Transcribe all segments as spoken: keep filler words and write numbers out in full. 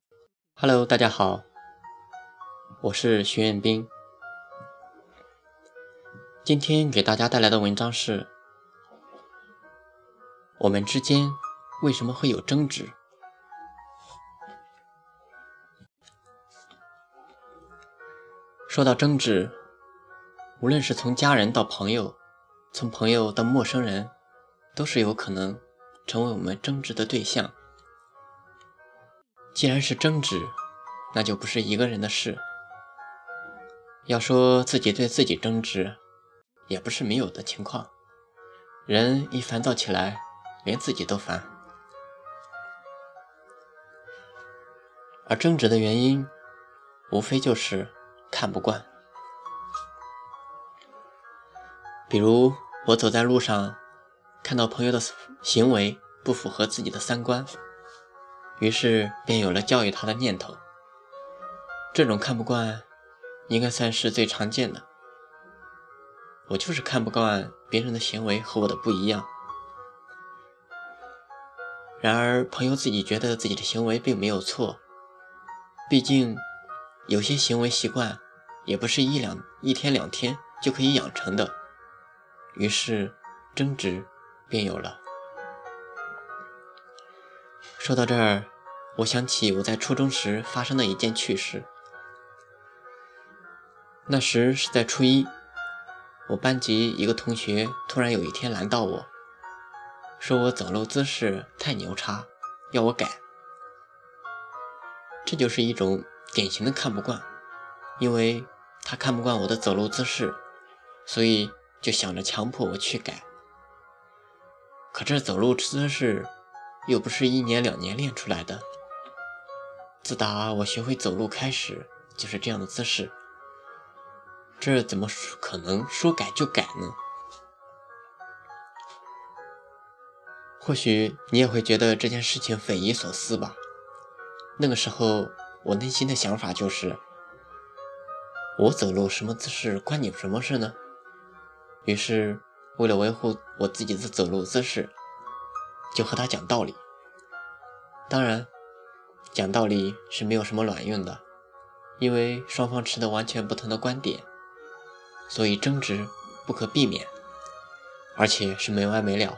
Hello， 大家好，我是徐彦斌。今天给大家带来的文章是：我们之间为什么会有争执？说到争执，无论是从家人到朋友，从朋友到陌生人，都是有可能成为我们争执的对象。既然是争执，那就不是一个人的事。要说自己对自己争执，也不是没有的情况。人一烦躁起来，连自己都烦。而争执的原因，无非就是看不惯。比如我走在路上，看到朋友的行为不符合自己的三观，于是便有了教育他的念头。这种看不惯应该算是最常见的。我就是看不惯别人的行为和我的不一样。然而朋友自己觉得自己的行为并没有错，毕竟有些行为习惯也不是一两一天两天就可以养成的，于是争执便有了。说到这儿，我想起我在初中时发生的一件趣事。那时是在初一，我班级一个同学突然有一天拦到我，说我走路姿势太牛叉，要我改。这就是一种典型的看不惯，因为他看不惯我的走路姿势，所以就想着强迫我去改。可这走路姿势又不是一年两年练出来的，自打我学会走路开始就是这样的姿势，这怎么可能说改就改呢？或许你也会觉得这件事情匪夷所思吧。那个时候我内心的想法就是，我走路什么姿势关你什么事呢？于是为了维护我自己的走路姿势，就和他讲道理。当然讲道理是没有什么卵用的，因为双方持的完全不同的观点，所以争执不可避免，而且是没完没了。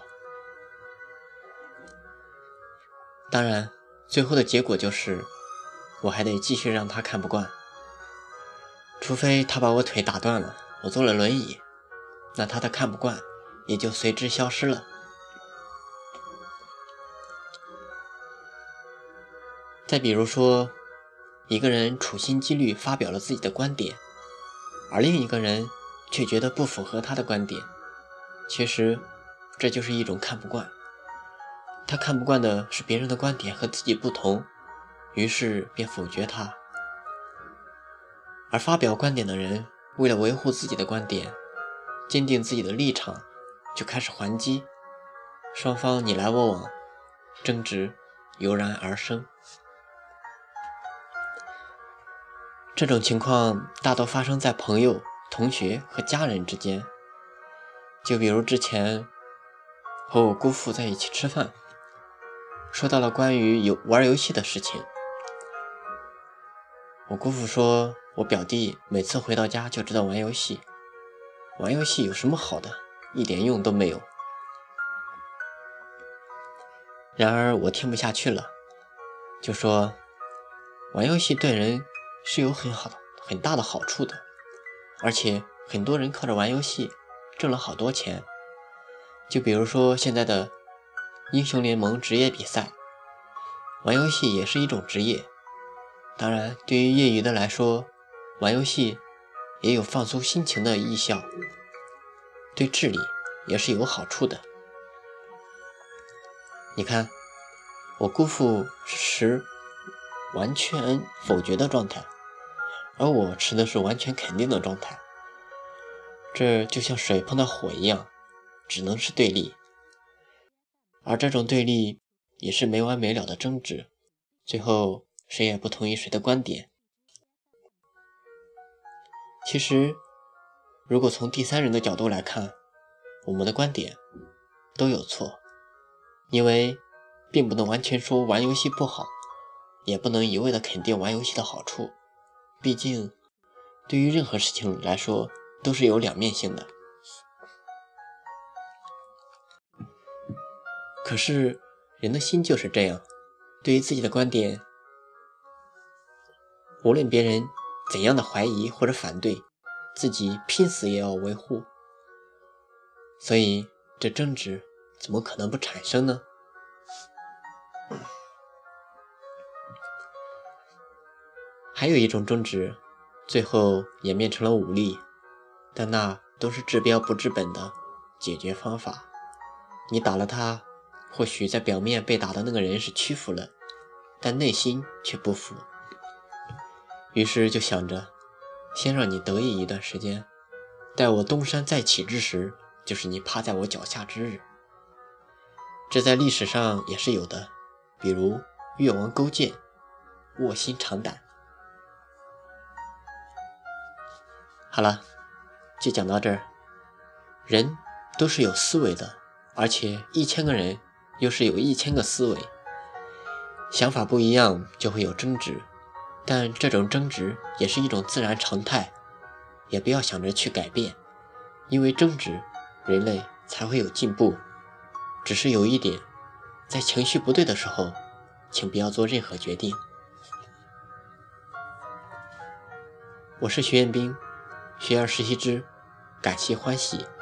当然最后的结果就是我还得继续让他看不惯，除非他把我腿打断了，我坐了轮椅，那他的看不惯也就随之消失了。再比如说，一个人处心积虑发表了自己的观点，而另一个人却觉得不符合他的观点，其实这就是一种看不惯。他看不惯的是别人的观点和自己不同，于是便否决他。而发表观点的人为了维护自己的观点，坚定自己的立场，就开始还击，双方你来我往，争执油然而生。这种情况大多发生在朋友、同学和家人之间。就比如之前和我姑父在一起吃饭，说到了关于游玩游戏的事情。我姑父说我表弟每次回到家就知道玩游戏，玩游戏有什么好的，一点用都没有。然而我听不下去了，就说玩游戏对人是有很好的很大的好处的，而且很多人靠着玩游戏挣了好多钱。就比如说现在的英雄联盟职业比赛，玩游戏也是一种职业。当然对于业余的来说，玩游戏也有放松心情的艺效，对智力也是有好处的。你看，我姑父持完全否决的状态，而我持的是完全肯定的状态，这就像水碰到火一样，只能是对立。而这种对立也是没完没了的争执，最后谁也不同意谁的观点。其实如果从第三人的角度来看，我们的观点都有错，因为并不能完全说玩游戏不好， 也不能一味的肯定玩游戏的好处，毕竟对于任何事情来说都是有两面性的。可是人的心就是这样，对于自己的观点，无论别人怎样的怀疑或者反对，自己拼死也要维护。所以这争执怎么可能不产生呢？还有一种争执，最后演变成了武力，但那都是治标不治本的解决方法。你打了他，或许在表面被打的那个人是屈服了，但内心却不服。于是就想着，先让你得意一段时间，待我东山再起之时，就是你趴在我脚下之日。这在历史上也是有的，比如越王勾践，卧薪尝胆。好了，就讲到这儿。人都是有思维的，而且一千个人又是有一千个思维，想法不一样就会有争执，但这种争执也是一种自然常态，也不要想着去改变，因为争执人类才会有进步。只是有一点，在情绪不对的时候，请不要做任何决定。我是徐彦斌，学而时习之，感谢欢喜。